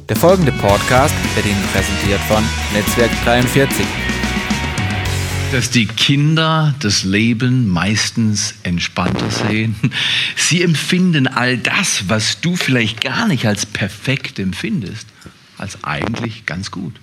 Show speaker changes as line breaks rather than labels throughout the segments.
Der folgende Podcast wird Ihnen präsentiert von Netzwerk 43.
Dass die Kinder das Leben meistens entspannter sehen. Sie empfinden all das, was du vielleicht gar nicht als perfekt empfindest, als eigentlich ganz gut.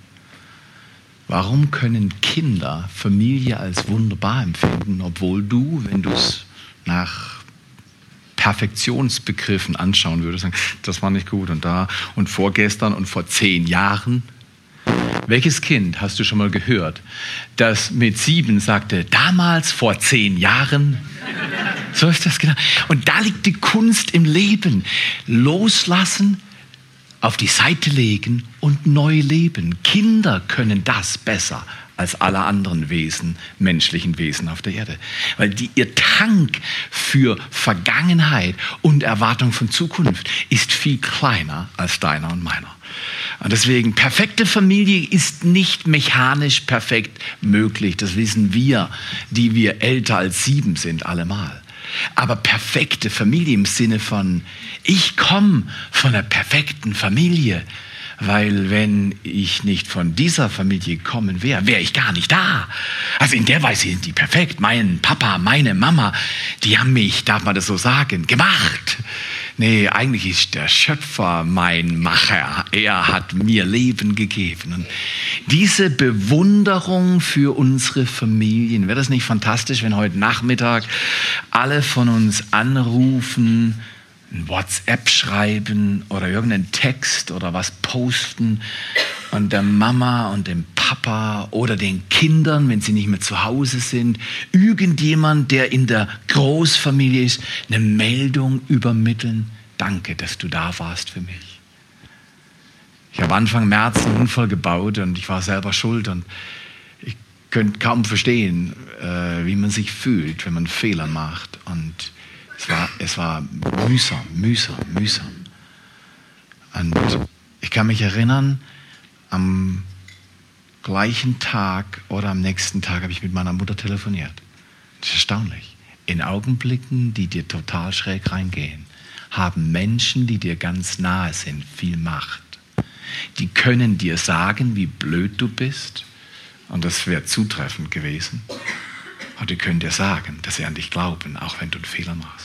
Warum können Kinder Familie als wunderbar empfinden, obwohl du, wenn du es nach Perfektionsbegriffen anschauen würdest, sagen, das war nicht gut und da und vorgestern und vor 10 Jahren? Welches Kind hast du schon mal gehört, das mit 7 sagte, damals vor 10 Jahren? So ist das genau. Und da liegt die Kunst im Leben. Loslassen, auf die Seite legen und neu leben. Kinder können das besser als alle anderen Wesen, menschlichen Wesen auf der Erde. Weil ihr Tank für Vergangenheit und Erwartung von Zukunft ist viel kleiner als deiner und meiner. Und deswegen, perfekte Familie ist nicht mechanisch perfekt möglich. Das wissen wir, die wir älter als 7 sind, allemal. Aber perfekte Familie im Sinne von, ich komme von einer perfekten Familie. Weil wenn ich nicht von dieser Familie gekommen wäre, wäre ich gar nicht da. Also in der Weise sind die perfekt. Mein Papa, meine Mama, die haben mich, darf man das so sagen, gemacht. Nee, eigentlich ist der Schöpfer mein Macher. Er hat mir Leben gegeben. Und diese Bewunderung für unsere Familien, wäre das nicht fantastisch, wenn heute Nachmittag alle von uns anrufen, ein WhatsApp schreiben oder irgendeinen Text oder was posten und der Mama und dem Papa oder den Kindern, wenn sie nicht mehr zu Hause sind, irgendjemand, der in der Großfamilie ist, eine Meldung übermitteln. Danke, dass du da warst für mich. Ich habe Anfang März einen Unfall gebaut und ich war selber schuld und ich könnte kaum verstehen, wie man sich fühlt, wenn man Fehler macht. Und es war mühsam. Und ich kann mich erinnern, am gleichen Tag oder am nächsten Tag habe ich mit meiner Mutter telefoniert. Das ist erstaunlich. In Augenblicken, die dir total schräg reingehen, haben Menschen, die dir ganz nahe sind, viel Macht. Die können dir sagen, wie blöd du bist. Und das wäre zutreffend gewesen. Und die können dir sagen, dass sie an dich glauben, auch wenn du einen Fehler machst.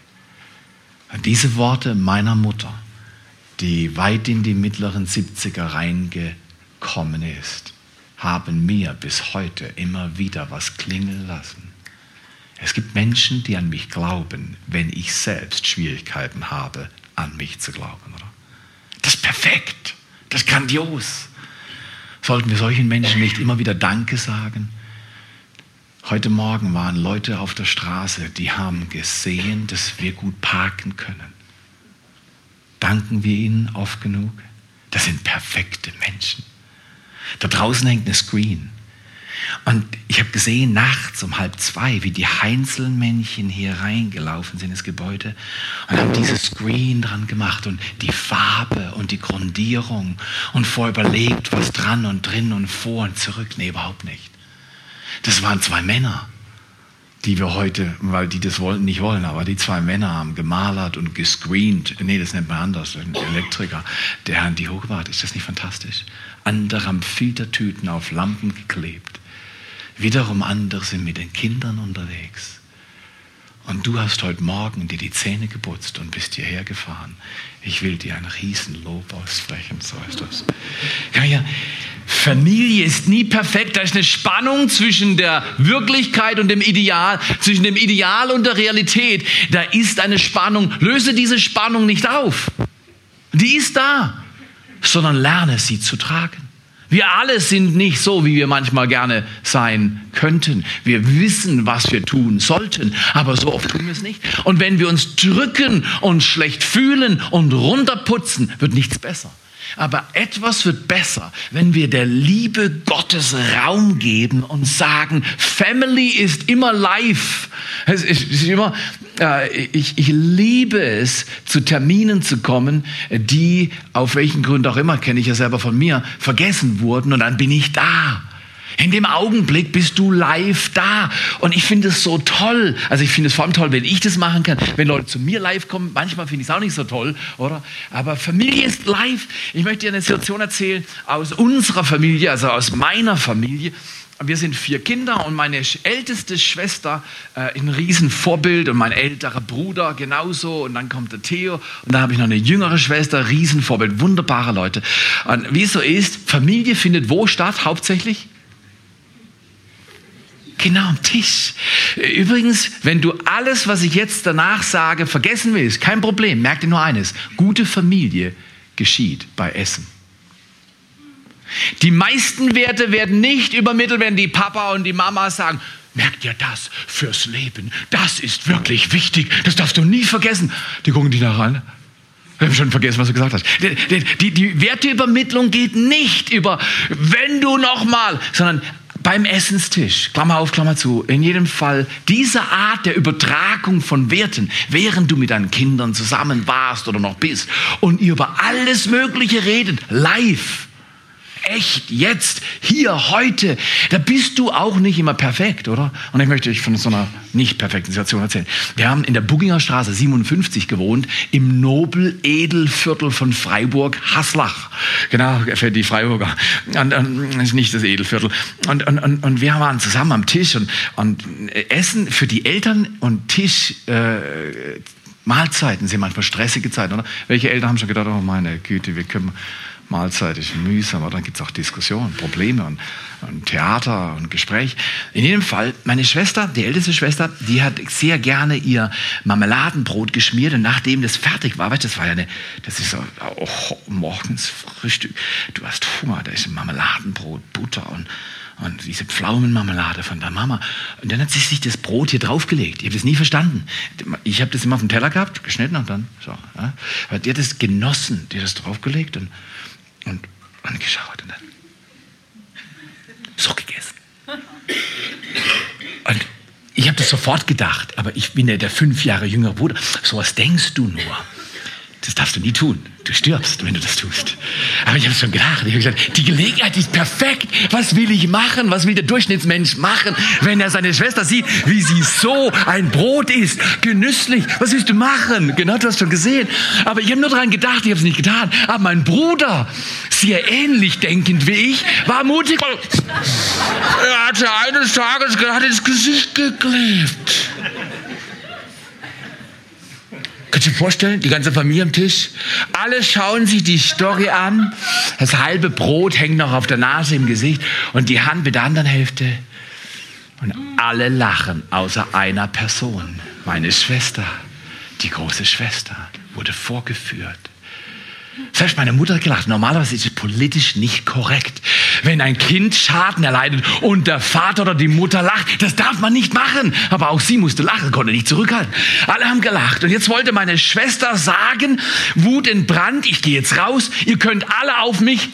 Und diese Worte meiner Mutter, die weit in die mittleren 70er reingekommen ist, haben mir bis heute immer wieder was klingeln lassen. Es gibt Menschen, die an mich glauben, wenn ich selbst Schwierigkeiten habe, an mich zu glauben. Oder? Das ist perfekt, das ist grandios. Sollten wir solchen Menschen nicht immer wieder Danke sagen? Heute Morgen waren Leute auf der Straße, die haben gesehen, dass wir gut parken können. Danken wir ihnen oft genug? Das sind perfekte Menschen. Da draußen hängt eine Screen. Und ich habe gesehen, nachts um 1:30, wie die Heinzelmännchen hier reingelaufen sind ins Gebäude und haben diese Screen dran gemacht und die Farbe und die Grundierung und vorüberlegt, was dran und drin und vor und zurück. Nee, überhaupt nicht. Das waren 2 Männer, die wir heute, weil die das nicht wollen, aber die 2 Männer haben gemalert und gescreent. Nee, das nennt man anders, ein Elektriker, der haben die hochgebracht. Ist das nicht fantastisch? Andere haben Filtertüten auf Lampen geklebt. Wiederum andere sind mit den Kindern unterwegs. Und du hast heute Morgen dir die Zähne geputzt und bist hierher gefahren. Ich will dir ein Riesenlob aussprechen, so ist das. Ja, Familie ist nie perfekt. Da ist eine Spannung zwischen der Wirklichkeit und dem Ideal, zwischen dem Ideal und der Realität. Da ist eine Spannung. Löse diese Spannung nicht auf. Die ist da, sondern lerne sie zu tragen. Wir alle sind nicht so, wie wir manchmal gerne sein könnten. Wir wissen, was wir tun sollten, aber so oft tun wir es nicht. Und wenn wir uns drücken und schlecht fühlen und runterputzen, wird nichts besser. Aber etwas wird besser, wenn wir der Liebe Gottes Raum geben und sagen, Family ist immer live. Es ist immer, ich liebe es, zu Terminen zu kommen, die, auf welchen Grund auch immer, kenne ich ja selber von mir, vergessen wurden und dann bin ich da. In dem Augenblick bist du live da. Und ich finde es so toll. Also ich finde es vor allem toll, wenn ich das machen kann. Wenn Leute zu mir live kommen, manchmal finde ich es auch nicht so toll, oder? Aber Familie ist live. Ich möchte dir eine Situation erzählen aus unserer Familie, also aus meiner Familie. Wir sind 4 Kinder und meine älteste Schwester ein Riesenvorbild und mein älterer Bruder genauso und dann kommt der Theo und dann habe ich noch eine jüngere Schwester, Riesenvorbild, wunderbare Leute. Und wie es so ist, Familie findet wo statt hauptsächlich? Genau, am Tisch. Übrigens, wenn du alles, was ich jetzt danach sage, vergessen willst, kein Problem, merk dir nur eines, gute Familie geschieht bei Essen. Die meisten Werte werden nicht übermittelt, wenn die Papa und die Mama sagen, merk dir das fürs Leben, das ist wirklich wichtig, das darfst du nie vergessen. Die gucken dich nach an. Ich habe schon vergessen, was du gesagt hast. Die Werteübermittlung geht nicht über, wenn du nochmal, sondern beim Essenstisch, Klammer auf, Klammer zu, in jedem Fall diese Art der Übertragung von Werten, während du mit deinen Kindern zusammen warst oder noch bist und ihr über alles Mögliche redet, live. Echt, jetzt, hier, heute, da bist du auch nicht immer perfekt, oder? Und ich möchte euch von so einer nicht perfekten Situation erzählen. Wir haben in der Bugginger Straße 57 gewohnt, im Nobel-Edelviertel von Freiburg-Haslach. Genau, für die Freiburger. Und ist nicht das Edelviertel. Und wir waren zusammen am Tisch und Essen für die Eltern und Tisch, Mahlzeiten sind manchmal stressige Zeiten, oder? Welche Eltern haben schon gedacht, oh meine Güte, wir können... Mahlzeit ist mühsam, aber dann gibt es auch Diskussionen, Probleme und Theater und Gespräch. In jedem Fall, meine Schwester, die älteste Schwester, die hat sehr gerne ihr Marmeladenbrot geschmiert und nachdem das fertig war, weißt du, das ist so, oh, morgens Frühstück, du hast Hunger, da ist Marmeladenbrot, Butter und diese Pflaumenmarmelade von der Mama. Und dann hat sie sich das Brot hier draufgelegt. Ich habe das nie verstanden. Ich habe das immer auf dem Teller gehabt, geschnitten und dann so. Ja. Aber die hat das genossen, die hat das draufgelegt und angeschaut und dann so gegessen. Und ich habe das sofort gedacht, aber ich bin ja der 5 Jahre jüngere Bruder. So was denkst du nur. Das darfst du nie tun. Du stirbst, wenn du das tust. Aber ich habe es schon gedacht. Ich habe gesagt, die Gelegenheit ist perfekt. Was will ich machen? Was will der Durchschnittsmensch machen, wenn er seine Schwester sieht, wie sie so ein Brot isst? Genüsslich. Was willst du machen? Genau, du hast schon gesehen. Aber ich habe nur daran gedacht, ich habe es nicht getan. Aber mein Bruder, sehr ähnlich denkend wie ich, war mutig. Er hatte eines Tages gerade ins Gesicht geklebt. Kannst du dir vorstellen, die ganze Familie am Tisch, alle schauen sich die Story an, das halbe Brot hängt noch auf der Nase im Gesicht und die Hand mit der anderen Hälfte und alle lachen, außer einer Person, meine Schwester, die große Schwester, wurde vorgeführt. Selbst meine Mutter hat gelacht. Normalerweise ist es politisch nicht korrekt. Wenn ein Kind Schaden erleidet und der Vater oder die Mutter lacht, das darf man nicht machen. Aber auch sie musste lachen, konnte nicht zurückhalten. Alle haben gelacht. Und jetzt wollte meine Schwester sagen, Wut entbrannt, ich gehe jetzt raus, ihr könnt alle auf mich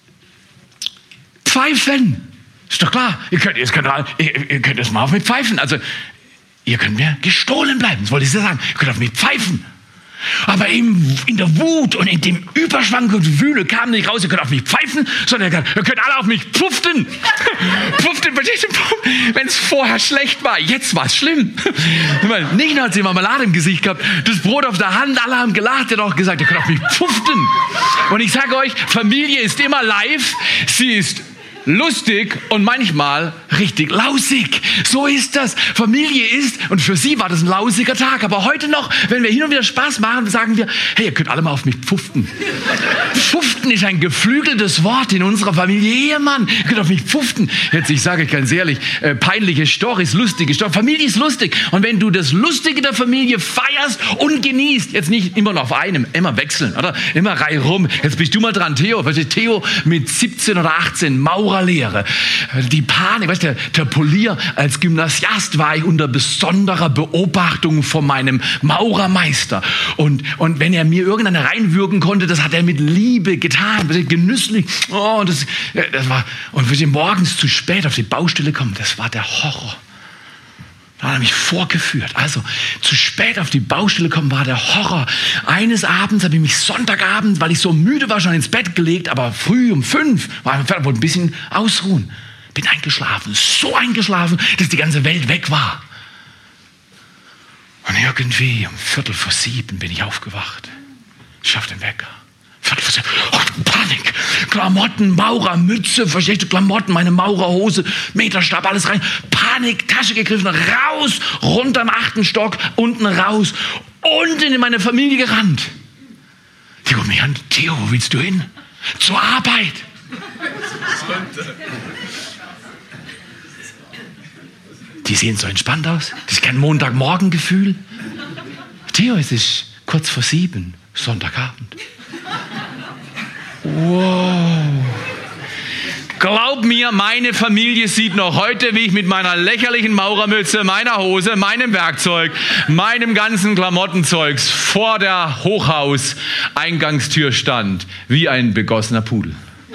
pfeifen. Ist doch klar. Ihr könnt jetzt mal auf mich pfeifen. Also, ihr könnt mir gestohlen bleiben. Das wollte ich sagen. Ihr könnt auf mich pfeifen. Aber in der Wut und in dem Überschwang und Wühle kam nicht raus, ihr könnt auf mich pfeifen, sondern ihr könnt alle auf mich pfuften. Pfuften, verstehst du? Wenn es vorher schlecht war, jetzt war es schlimm. Nicht nur hat sie Marmelade im Gesicht gehabt, das Brot auf der Hand, alle haben gelacht, er hat auch gesagt, ihr könnt auf mich pfuften. Und ich sage euch, Familie ist immer live, sie ist lustig und manchmal richtig lausig. So ist das. Familie ist, und für sie war das ein lausiger Tag, aber heute noch, wenn wir hin und wieder Spaß machen, sagen wir, hey, ihr könnt alle mal auf mich pfuften. Pfuften ist ein geflügeltes Wort in unserer Familie. Ehemann, ihr könnt auf mich pfuften. Jetzt, ich sage euch ganz ehrlich, peinliche Storys, lustige Storys. Familie ist lustig. Und wenn du das Lustige der Familie feierst und genießt, jetzt nicht immer noch auf einem, immer wechseln, oder? Immer Reihe rum. Jetzt bist du mal dran, Theo. Theo mit 17 oder 18, Maurerlehre. Die Panik, weißt du, der Polier als Gymnasiast war ich unter besonderer Beobachtung von meinem Maurermeister. Und wenn er mir irgendeine reinwürgen konnte, das hat er mit Liebe getan, genüsslich. Oh, das war, und wenn sie morgens zu spät auf die Baustelle kommen, das war der Horror. Da hat er mich vorgeführt. Also, zu spät auf die Baustelle kommen war der Horror. Eines Abends habe ich mich Sonntagabend, weil ich so müde war, schon ins Bett gelegt, aber früh um 5, wollte ein bisschen ausruhen. Bin eingeschlafen, so eingeschlafen, dass die ganze Welt weg war. Und irgendwie um 6:45 bin ich aufgewacht. Ich schaff den Wecker. 6:45. Oh, Panik. Klamotten, Maurermütze, verstehst du, Klamotten, meine Maurerhose, Meterstab, alles rein. Panik, Tasche gegriffen, raus, runter am 8. Stock, unten raus, unten in meine Familie gerannt. Die gucken mich an, Theo, wo willst du hin? Zur Arbeit. Die sehen so entspannt aus. Das ist kein Montagmorgengefühl. Theo, es ist kurz vor 7, Sonntagabend. Wow. Glaub mir, meine Familie sieht noch heute, wie ich mit meiner lächerlichen Maurermütze, meiner Hose, meinem Werkzeug, meinem ganzen Klamottenzeugs vor der Hochhaus-Eingangstür stand, wie ein begossener Pudel.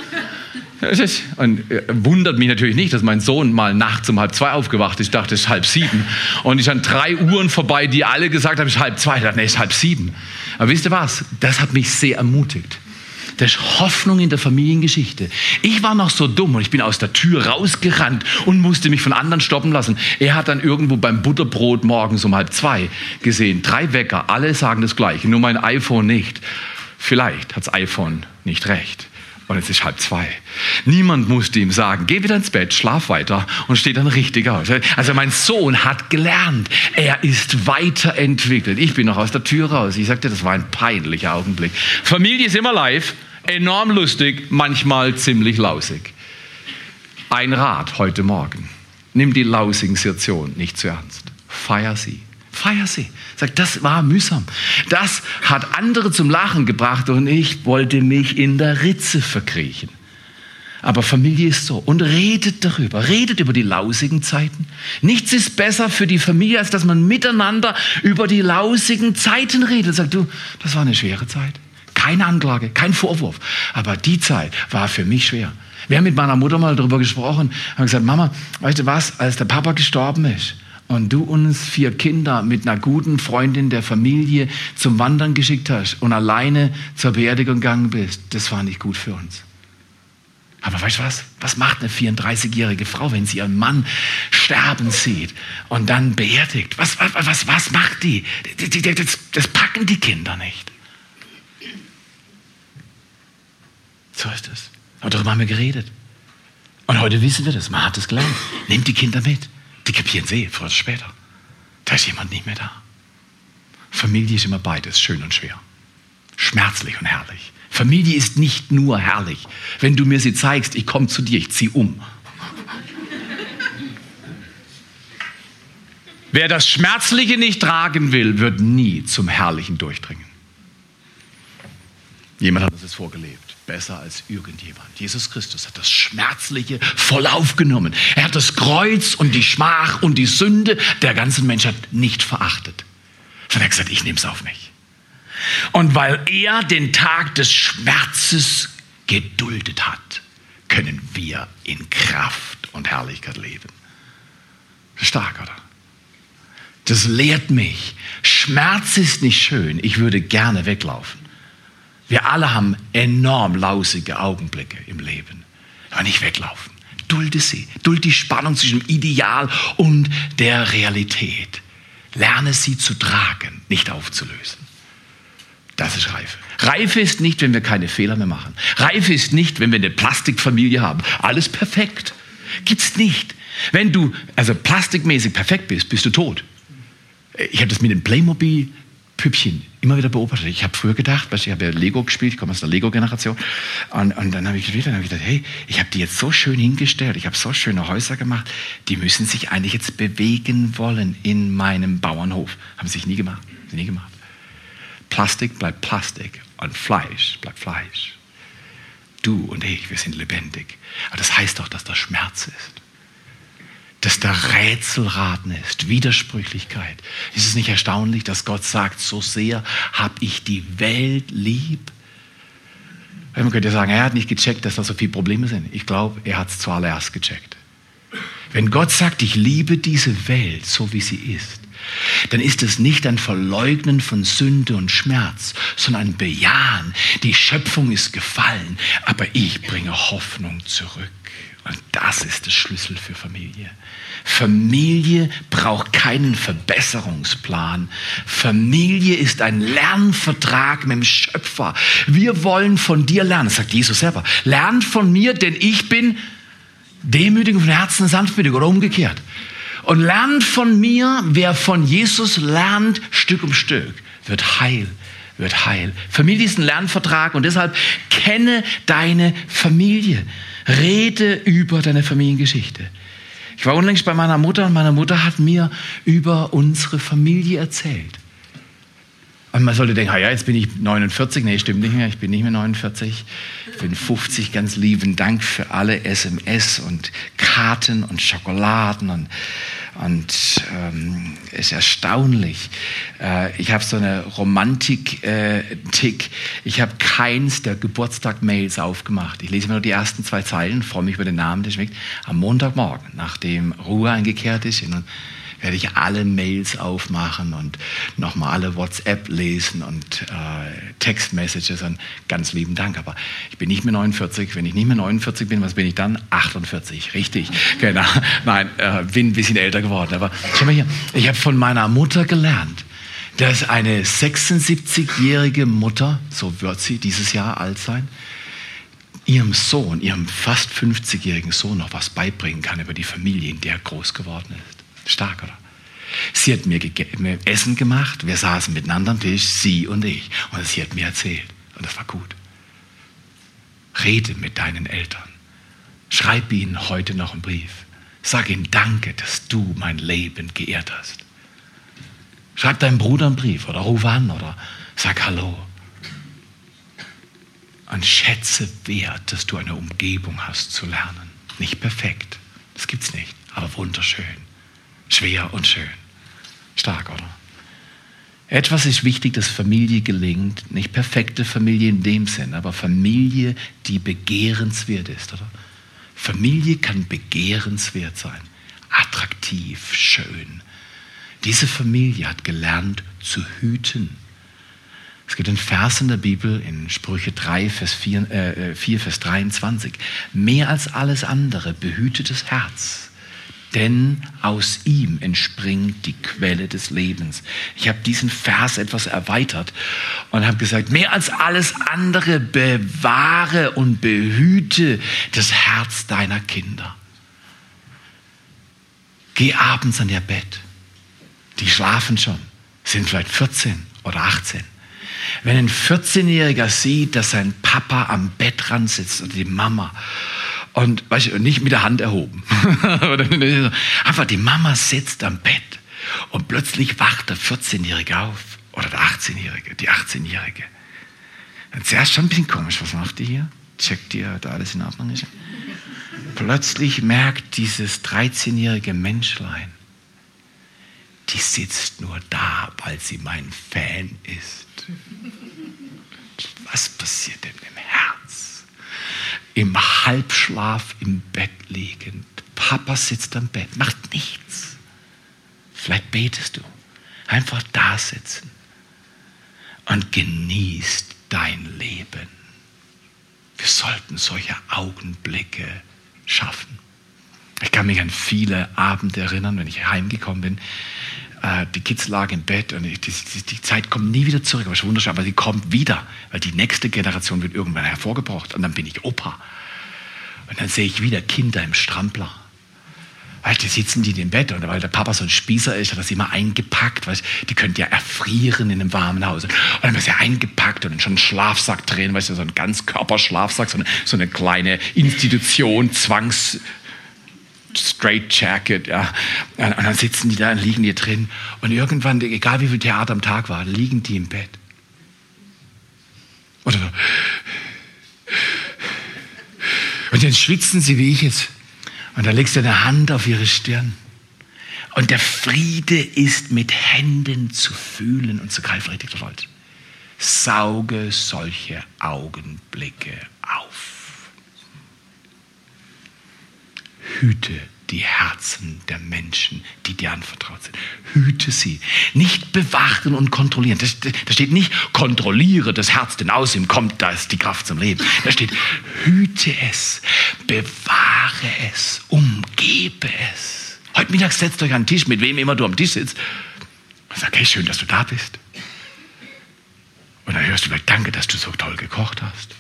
Und wundert mich natürlich nicht, dass mein Sohn mal nachts um 1:30 aufgewacht ist. Ich dachte, es ist 6:30. Und ich an 3 Uhren vorbei, die alle gesagt haben, es ist 6:30. Ich dachte, nee, es ist 6:30. Aber wisst ihr was? Das hat mich sehr ermutigt. Das ist Hoffnung in der Familiengeschichte. Ich war noch so dumm und ich bin aus der Tür rausgerannt und musste mich von anderen stoppen lassen. Er hat dann irgendwo beim Butterbrot morgens um 1:30 gesehen. 3 Wecker, alle sagen das Gleiche, nur mein iPhone nicht. Vielleicht hat das iPhone nicht recht. Und es ist 1:30. Niemand musste ihm sagen, geh wieder ins Bett, schlaf weiter und steht dann richtig auf. Also mein Sohn hat gelernt. Er ist weiterentwickelt. Ich bin noch aus der Tür raus. Ich sagte, das war ein peinlicher Augenblick. Familie ist immer live, enorm lustig, manchmal ziemlich lausig. Ein Rat heute Morgen. Nimm die lausigen Situationen nicht zu ernst. Feier sie. Feier sie. Sag, das war mühsam. Das hat andere zum Lachen gebracht und ich wollte mich in der Ritze verkriechen. Aber Familie ist so. Und redet darüber. Redet über die lausigen Zeiten. Nichts ist besser für die Familie, als dass man miteinander über die lausigen Zeiten redet. Sagt, du, das war eine schwere Zeit. Keine Anklage, kein Vorwurf. Aber die Zeit war für mich schwer. Wir haben mit meiner Mutter mal darüber gesprochen. Haben gesagt, Mama, weißt du was, als der Papa gestorben ist, und du uns 4 Kinder mit einer guten Freundin der Familie zum Wandern geschickt hast und alleine zur Beerdigung gegangen bist, das war nicht gut für uns. Aber weißt du was? Was macht eine 34-jährige Frau, wenn sie ihren Mann sterben sieht und dann beerdigt? Was macht die? Das packen die Kinder nicht. So ist es. Aber darüber haben wir geredet. Und heute wissen wir das. Man hat es gelernt. Nehmt die Kinder mit. Die kapieren sie, früher oder später. Da ist jemand nicht mehr da. Familie ist immer beides, schön und schwer. Schmerzlich und herrlich. Familie ist nicht nur herrlich. Wenn du mir sie zeigst, ich komme zu dir, ich ziehe um. Wer das Schmerzliche nicht tragen will, wird nie zum Herrlichen durchdringen. Jemand hat uns das vorgelebt. Besser als irgendjemand. Jesus Christus hat das Schmerzliche voll aufgenommen. Er hat das Kreuz und die Schmach und die Sünde der ganzen Menschheit nicht verachtet. Sondern er hat gesagt, ich nehme es auf mich. Und weil er den Tag des Schmerzes geduldet hat, können wir in Kraft und Herrlichkeit leben. Stark, oder? Das lehrt mich. Schmerz ist nicht schön. Ich würde gerne weglaufen. Wir alle haben enorm lausige Augenblicke im Leben. Aber nicht weglaufen. Dulde sie. Dulde die Spannung zwischen dem Ideal und der Realität. Lerne sie zu tragen, nicht aufzulösen. Das ist Reife. Reife ist nicht, wenn wir keine Fehler mehr machen. Reife ist nicht, wenn wir eine Plastikfamilie haben. Alles perfekt. Gibt's nicht. Wenn du also plastikmäßig perfekt bist, bist du tot. Ich habe das mit dem Playmobil-Püppchen immer wieder beobachtet. Ich habe früher gedacht, ich habe ja Lego gespielt, ich komme aus der Lego-Generation. Und dann habe ich gedacht, hey, ich habe die jetzt so schön hingestellt, ich habe so schöne Häuser gemacht, die müssen sich eigentlich jetzt bewegen wollen in meinem Bauernhof. Haben sie sich nie gemacht. Plastik bleibt Plastik und Fleisch bleibt Fleisch. Du und ich, wir sind lebendig. Aber das heißt doch, dass da Schmerz ist. Dass da Rätselraten ist, Widersprüchlichkeit. Ist es nicht erstaunlich, dass Gott sagt, so sehr habe ich die Welt lieb? Man könnte ja sagen, er hat nicht gecheckt, dass da so viele Probleme sind. Ich glaube, er hat es zuallererst gecheckt. Wenn Gott sagt, ich liebe diese Welt, so wie sie ist, dann ist es nicht ein Verleugnen von Sünde und Schmerz, sondern ein Bejahen. Die Schöpfung ist gefallen, aber ich bringe Hoffnung zurück. Und das ist der Schlüssel für Familie. Familie braucht keinen Verbesserungsplan. Familie ist ein Lernvertrag mit dem Schöpfer. Wir wollen von dir lernen, das sagt Jesus selber. Lernt von mir, denn ich bin demütig und von Herzen sanftmütig oder umgekehrt. Und lernt von mir, wer von Jesus lernt, Stück um Stück, wird heil. Familie ist ein Lernvertrag und deshalb kenne deine Familie. Rede über deine Familiengeschichte. Ich war unlängst bei meiner Mutter und meine Mutter hat mir über unsere Familie erzählt. Und man sollte denken, ja, jetzt bin ich 49. Nee, stimmt nicht mehr, ich bin nicht mehr 49. Ich bin 50. Ganz lieben Dank für alle SMS und Karten und Schokoladen und ist erstaunlich. Ich habe so eine Romantik-Tick. Ich habe keins der Geburtstag-Mails aufgemacht. Ich lese mir nur die ersten 2 Zeilen, freue mich über den Namen, der schmeckt. Am Montagmorgen, nachdem Ruhe eingekehrt ist, werde ich alle Mails aufmachen und nochmal alle WhatsApp lesen und Textmessages und ganz lieben Dank. Aber ich bin nicht mehr 49. Wenn ich nicht mehr 49 bin, was bin ich dann? 48, richtig. Genau. Nein, bin ein bisschen älter geworden. Aber schau mal hier, ich habe von meiner Mutter gelernt, dass eine 76-jährige Mutter, so wird sie dieses Jahr alt sein, ihrem Sohn, ihrem fast 50-jährigen Sohn noch was beibringen kann über die Familie, in der er groß geworden ist. Stark, oder? Sie hat mir Essen gemacht, wir saßen miteinander am Tisch, sie und ich. Und sie hat mir erzählt. Und das war gut. Rede mit deinen Eltern. Schreib ihnen heute noch einen Brief. Sag ihnen Danke, dass du mein Leben geehrt hast. Schreib deinem Bruder einen Brief oder ruf an oder sag Hallo. Und schätze wert, dass du eine Umgebung hast zu lernen. Nicht perfekt, das gibt's nicht, aber wunderschön. Schwer und schön. Stark, oder? Etwas ist wichtig, dass Familie gelingt. Nicht perfekte Familie in dem Sinn, aber Familie, die begehrenswert ist, oder? Familie kann begehrenswert sein. Attraktiv, schön. Diese Familie hat gelernt zu hüten. Es gibt einen Vers in der Bibel, in Sprüche 3, Vers 4, Vers 23. Mehr als alles andere behüte das Herz. Denn aus ihm entspringt die Quelle des Lebens. Ich habe diesen Vers etwas erweitert und habe gesagt, mehr als alles andere bewahre und behüte das Herz deiner Kinder. Geh abends an ihr Bett. Die schlafen schon, sind vielleicht 14 oder 18. Wenn ein 14-Jähriger sieht, dass sein Papa am Bettrand sitzt oder die Mama, und weißt du, nicht mit der Hand erhoben. Einfach die Mama sitzt am Bett und plötzlich wacht der 14-Jährige auf. Oder der 18-Jährige, die 18-Jährige. Zuerst schon ein bisschen komisch, was macht die hier? Checkt ihr, da alles in Ordnung ist? Plötzlich merkt dieses 13-jährige Menschlein, die sitzt nur da, weil sie mein Fan ist. Was passiert denn im Herz? Im Halbschlaf im Bett liegend. Papa sitzt am Bett, macht nichts. Vielleicht betest du. Einfach da sitzen und genießt dein Leben. Wir sollten solche Augenblicke schaffen. Ich kann mich an viele Abende erinnern, wenn ich heimgekommen bin. Die Kids lagen im Bett und die Zeit kommt nie wieder zurück, aber es ist wunderschön, aber sie kommt wieder, weil die nächste Generation wird irgendwann hervorgebracht und dann bin ich Opa. Und dann sehe ich wieder Kinder im Strampler. Weißt du, sitzen die im Bett und weil der Papa so ein Spießer ist, hat das immer eingepackt, weißt du, die könnten ja erfrieren in einem warmen Haus. Und dann wird sie eingepackt und dann schon einen Schlafsack drehen, weißt du, so einen Ganzkörperschlafsack, so eine kleine Institution, Straight Jacket, ja. Und dann sitzen die da und liegen die drin. Und irgendwann, egal wie viel Theater am Tag war, liegen die im Bett. Oder so. Und dann schwitzen sie wie ich jetzt. Und dann legst du eine Hand auf ihre Stirn. Und der Friede ist mit Händen zu fühlen und zu greifen. Richtig stolz. Sauge solche Augenblicke auf. Hüte die Herzen der Menschen, die dir anvertraut sind. Hüte sie. Nicht bewachen und kontrollieren. Da steht nicht, kontrolliere das Herz, denn aus ihm kommt da ist die Kraft zum Leben. Da steht, hüte es, bewahre es, umgebe es. Heute Mittag setzt euch an den Tisch, mit wem immer du am Tisch sitzt, und sag, hey, schön, dass du da bist. Und dann hörst du vielleicht, danke, dass du so toll gekocht hast.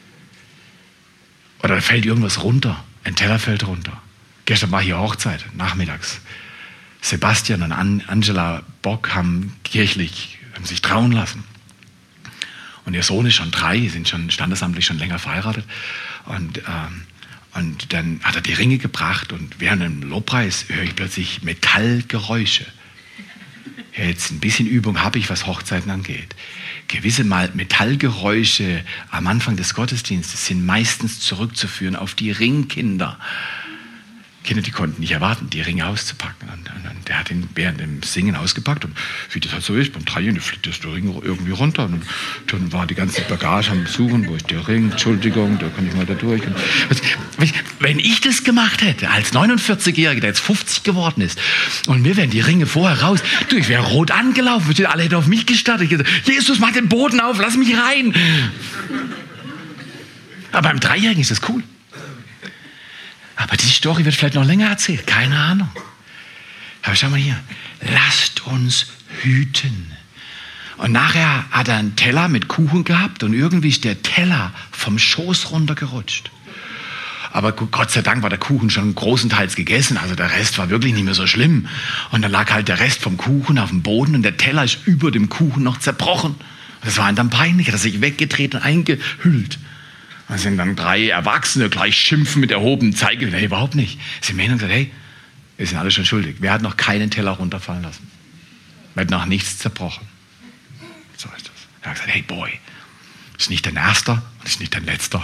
Oder da fällt irgendwas runter, ein Teller fällt runter. Gestern war hier Hochzeit, nachmittags. Sebastian und Angela Bock haben sich trauen lassen. Und ihr Sohn ist schon 3, sind schon standesamtlich schon länger verheiratet. Und dann hat er die Ringe gebracht und während dem Lobpreis höre ich plötzlich Metallgeräusche. Ja, jetzt ein bisschen Übung habe ich, was Hochzeiten angeht. Gewisse Metallgeräusche am Anfang des Gottesdienstes sind meistens zurückzuführen auf die Ringkinder. Kinder, die konnten nicht erwarten, die Ringe auszupacken. Und der hat ihn während dem Singen ausgepackt. Und wie das halt so ist, beim Dreien fliegt das der Ring irgendwie runter. Und dann war die ganze Bagage am Suchen, wo ist der Ring? Entschuldigung, da kann ich mal da durch. Und wenn ich das gemacht hätte, als 49-Jähriger, der jetzt 50 geworden ist, und mir wären die Ringe vorher raus, ich wäre rot angelaufen, alle hätten auf mich gestartet. Ich hätte gesagt, Jesus, mach den Boden auf, lass mich rein. Aber beim 3-Jährigen ist das cool. Aber die Story wird vielleicht noch länger erzählt. Keine Ahnung. Aber schau mal hier. Lasst uns hüten. Und nachher hat er einen Teller mit Kuchen gehabt und irgendwie ist der Teller vom Schoß runtergerutscht. Aber Gott sei Dank war der Kuchen schon großenteils gegessen. Also der Rest war wirklich nicht mehr so schlimm. Und dann lag halt der Rest vom Kuchen auf dem Boden und der Teller ist über dem Kuchen noch zerbrochen. Und das war ihm dann peinlich. Er hat sich weggedreht und eingehüllt. Da sind dann 3 Erwachsene gleich schimpfen mit erhobenem Zeigefinger. Nee, überhaupt nicht. Sie sind mir hin und gesagt, hey, wir sind alle schon schuldig. Wer hat noch keinen Teller runterfallen lassen? Wer hat noch nichts zerbrochen? So ist das. Er hat gesagt, hey Boy, das ist nicht dein erster und das ist nicht dein letzter.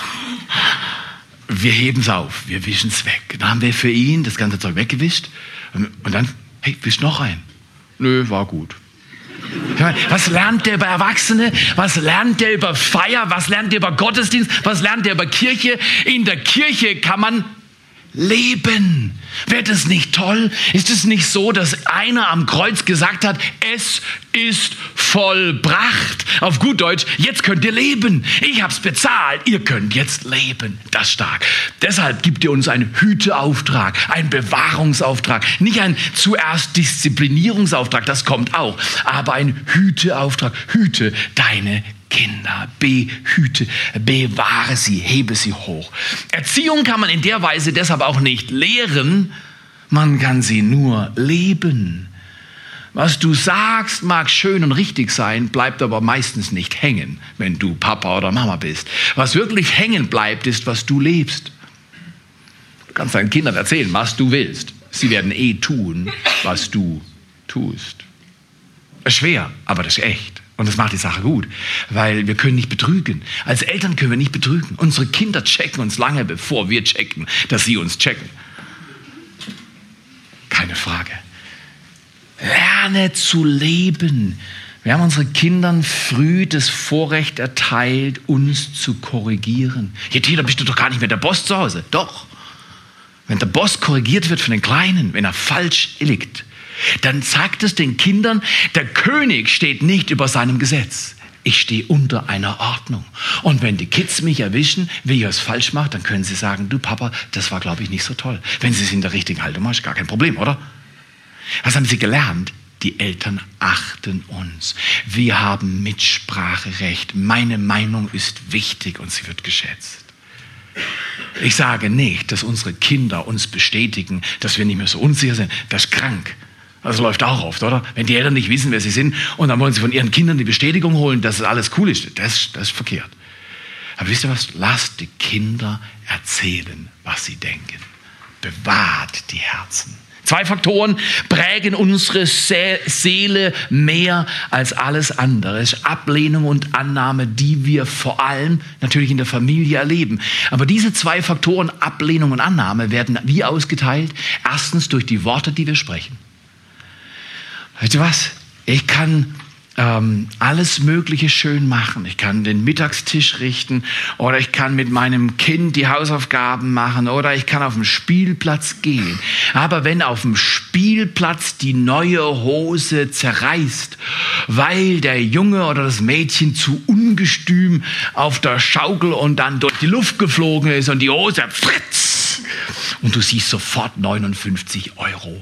Wir heben es auf, wir wischen es weg. Dann haben wir für ihn das ganze Zeug weggewischt und dann, hey, wisch noch ein. Nö, war gut. Was lernt der über Erwachsene? Was lernt der über Feier? Was lernt der über Gottesdienst? Was lernt der über Kirche? In der Kirche kann man leben. Wäre das nicht toll? Ist es nicht so, dass einer am Kreuz gesagt hat, es ist vollbracht? Auf gut Deutsch, jetzt könnt ihr leben. Ich hab's bezahlt, ihr könnt jetzt leben. Das ist stark. Deshalb gibt er uns einen Hüteauftrag, einen Bewahrungsauftrag. Nicht einen zuerst Disziplinierungsauftrag, das kommt auch, aber ein Hüteauftrag. Hüte deine Kinder, behüte, bewahre sie, hebe sie hoch. Erziehung kann man in der Weise deshalb auch nicht lehren, man kann sie nur leben. Was du sagst, mag schön und richtig sein, bleibt aber meistens nicht hängen, wenn du Papa oder Mama bist. Was wirklich hängen bleibt, ist, was du lebst. Du kannst deinen Kindern erzählen, was du willst. Sie werden tun, was du tust. Das ist schwer, aber das ist echt. Und das macht die Sache gut, weil wir können nicht betrügen. Als Eltern können wir nicht betrügen. Unsere Kinder checken uns lange, bevor wir checken, dass sie uns checken. Keine Frage. Lerne zu leben. Wir haben unseren Kindern früh das Vorrecht erteilt, uns zu korrigieren. Hier, Taylor, bist du doch gar nicht mehr der Boss zu Hause. Doch. Wenn der Boss korrigiert wird von den Kleinen, wenn er falsch liegt, dann sagt es den Kindern, der König steht nicht über seinem Gesetz. Ich stehe unter einer Ordnung. Und wenn die Kids mich erwischen, wie ich es falsch mache, dann können sie sagen, du Papa, das war, glaube ich, nicht so toll. Wenn sie es in der richtigen Haltung machen, ist gar kein Problem, oder? Was haben sie gelernt? Die Eltern achten uns. Wir haben Mitspracherecht. Meine Meinung ist wichtig und sie wird geschätzt. Ich sage nicht, dass unsere Kinder uns bestätigen, dass wir nicht mehr so unsicher sind. Das ist krank. Das läuft auch oft, oder? Wenn die Eltern nicht wissen, wer sie sind und dann wollen sie von ihren Kindern die Bestätigung holen, dass alles cool ist, das ist verkehrt. Aber wisst ihr was? Lasst die Kinder erzählen, was sie denken. Bewahrt die Herzen. 2 Faktoren prägen unsere Seele mehr als alles andere. Es ist Ablehnung und Annahme, die wir vor allem natürlich in der Familie erleben. Aber diese 2 Faktoren, Ablehnung und Annahme, werden wie ausgeteilt? Erstens durch die Worte, die wir sprechen. Weißt du was? Ich kann alles Mögliche schön machen. Ich kann den Mittagstisch richten oder ich kann mit meinem Kind die Hausaufgaben machen oder ich kann auf den Spielplatz gehen. Aber wenn auf dem Spielplatz die neue Hose zerreißt, weil der Junge oder das Mädchen zu ungestüm auf der Schaukel und dann durch die Luft geflogen ist und die Hose fritz und du siehst sofort 59 €,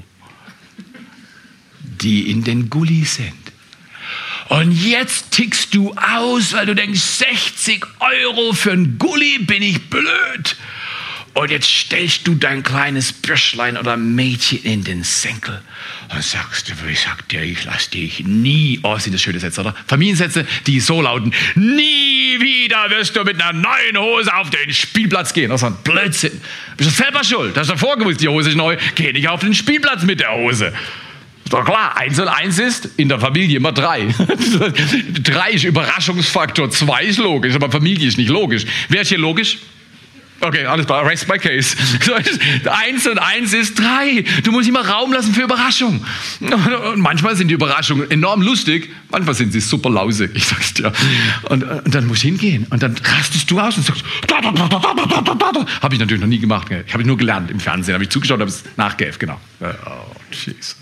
die in den Gully sind. Und jetzt tickst du aus, weil du denkst, 60 € für einen Gully, bin ich blöd. Und jetzt stellst du dein kleines Bürschlein oder Mädchen in den Senkel und sagst, ich sag dir, ich lass dich nie, oh, sind das schöne Sätze, oder? Familiensätze, die so lauten, nie wieder wirst du mit einer neuen Hose auf den Spielplatz gehen. Das ist ein Blödsinn. Bist du selber schuld, hast du davor gewusst, die Hose ist neu, geh nicht auf den Spielplatz mit der Hose. Ist doch klar, 1 und 1 ist in der Familie immer 3. 3 ist Überraschungsfaktor, 2 ist logisch, aber Familie ist nicht logisch. Wer ist hier logisch? Okay, alles klar, rest my case. 1 und 1 ist 3. Du musst immer Raum lassen für Überraschung. Und manchmal sind die Überraschungen enorm lustig, manchmal sind sie super lausig, ich sag's dir. Und dann musst du hingehen und dann rastest du aus und sagst, habe ich natürlich noch nie gemacht. Ich habe nur gelernt im Fernsehen, habe ich zugeschaut, habe es nachgeäfft, genau. Oh, Jesus.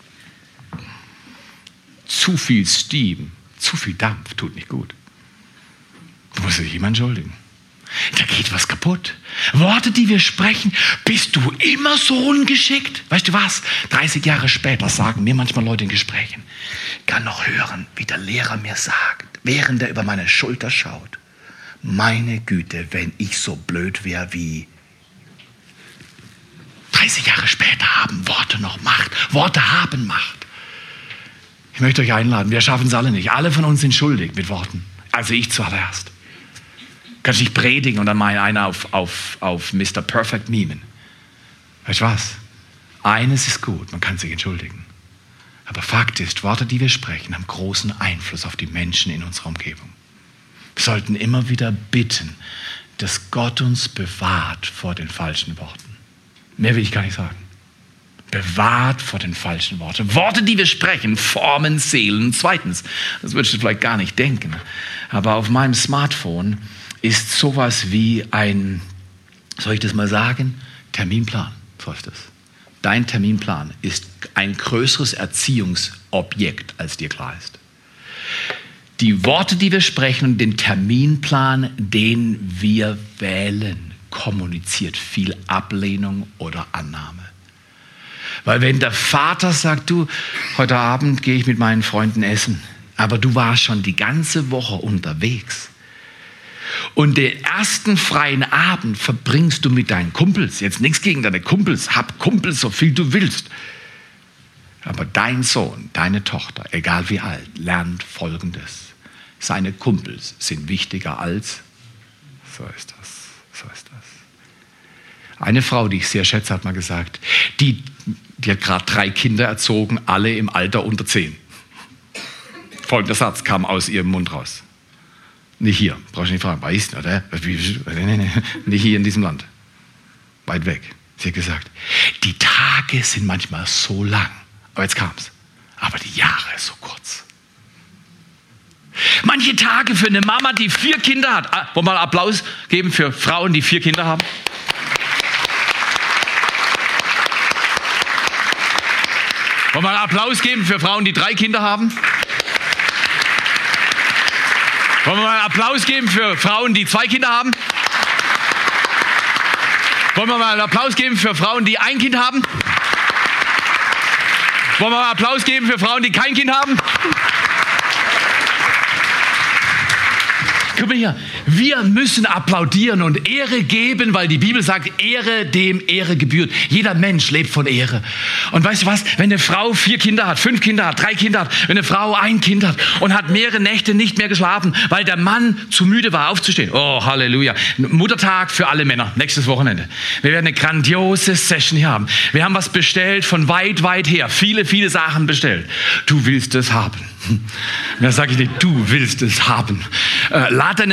Zu viel Steam, zu viel Dampf tut nicht gut. Du musst dich immer entschuldigen. Da geht was kaputt. Worte, die wir sprechen, bist du immer so ungeschickt? Weißt du was? 30 Jahre später sagen mir manchmal Leute in Gesprächen, ich kann noch hören, wie der Lehrer mir sagt, während er über meine Schulter schaut, meine Güte, wenn ich so blöd wäre wie 30 Jahre später haben Worte noch Macht. Worte haben Macht. Ich möchte euch einladen, wir schaffen es alle nicht. Alle von uns sind schuldig mit Worten. Also ich zuallererst. Kannst nicht predigen und dann mal einer auf Mr. Perfect mimen. Weißt du was? Eines ist gut, man kann sich entschuldigen. Aber Fakt ist, Worte, die wir sprechen, haben großen Einfluss auf die Menschen in unserer Umgebung. Wir sollten immer wieder bitten, dass Gott uns bewahrt vor den falschen Worten. Mehr will ich gar nicht sagen. Bewahrt vor den falschen Worten. Worte, die wir sprechen, formen Seelen. Zweitens, das würdest du vielleicht gar nicht denken, aber auf meinem Smartphone ist sowas wie ein, soll ich das mal sagen, Terminplan. So ist das. Dein Terminplan ist ein größeres Erziehungsobjekt, als dir klar ist. Die Worte, die wir sprechen und den Terminplan, den wir wählen, kommuniziert viel Ablehnung oder Annahme. Weil wenn der Vater sagt, du, heute Abend gehe ich mit meinen Freunden essen, aber du warst schon die ganze Woche unterwegs und den ersten freien Abend verbringst du mit deinen Kumpels, jetzt nichts gegen deine Kumpels, hab Kumpels so viel du willst, aber dein Sohn, deine Tochter, egal wie alt, lernt Folgendes, seine Kumpels sind wichtiger als, so ist das. Eine Frau, die ich sehr schätze, hat mal gesagt, die hat gerade 3 Kinder erzogen, alle im Alter unter 10. Folgender Satz kam aus ihrem Mund raus. Nicht hier, brauchst du nicht fragen, weißt du, oder? Nicht hier in diesem Land. Weit weg. Sie hat gesagt, die Tage sind manchmal so lang, aber jetzt kam's, aber die Jahre so kurz. Manche Tage für eine Mama, die 4 Kinder hat. Wollen wir einen Applaus geben für Frauen, die 4 Kinder haben? Wollen wir einen Applaus geben für Frauen, die 3 Kinder haben? Wollen wir mal einen Applaus geben für Frauen, die 2 Kinder haben? Wollen wir mal einen Applaus geben für Frauen, die 1 Kind haben? Wollen wir mal einen Applaus geben für Frauen, die kein Kind haben? Guck mal hier, wir müssen applaudieren und Ehre geben, weil die Bibel sagt, Ehre dem Ehre gebührt. Jeder Mensch lebt von Ehre. Und weißt du was, wenn eine Frau 4 Kinder hat, 5 Kinder hat, 3 Kinder hat, wenn eine Frau 1 Kind hat und hat mehrere Nächte nicht mehr geschlafen, weil der Mann zu müde war aufzustehen. Oh, Halleluja. Muttertag für alle Männer, nächstes Wochenende. Wir werden eine grandiose Session hier haben. Wir haben was bestellt von weit, weit her. Viele, viele Sachen bestellt. Du willst es haben. Da sage ich dir, du willst es haben. Lad deine Nachbarn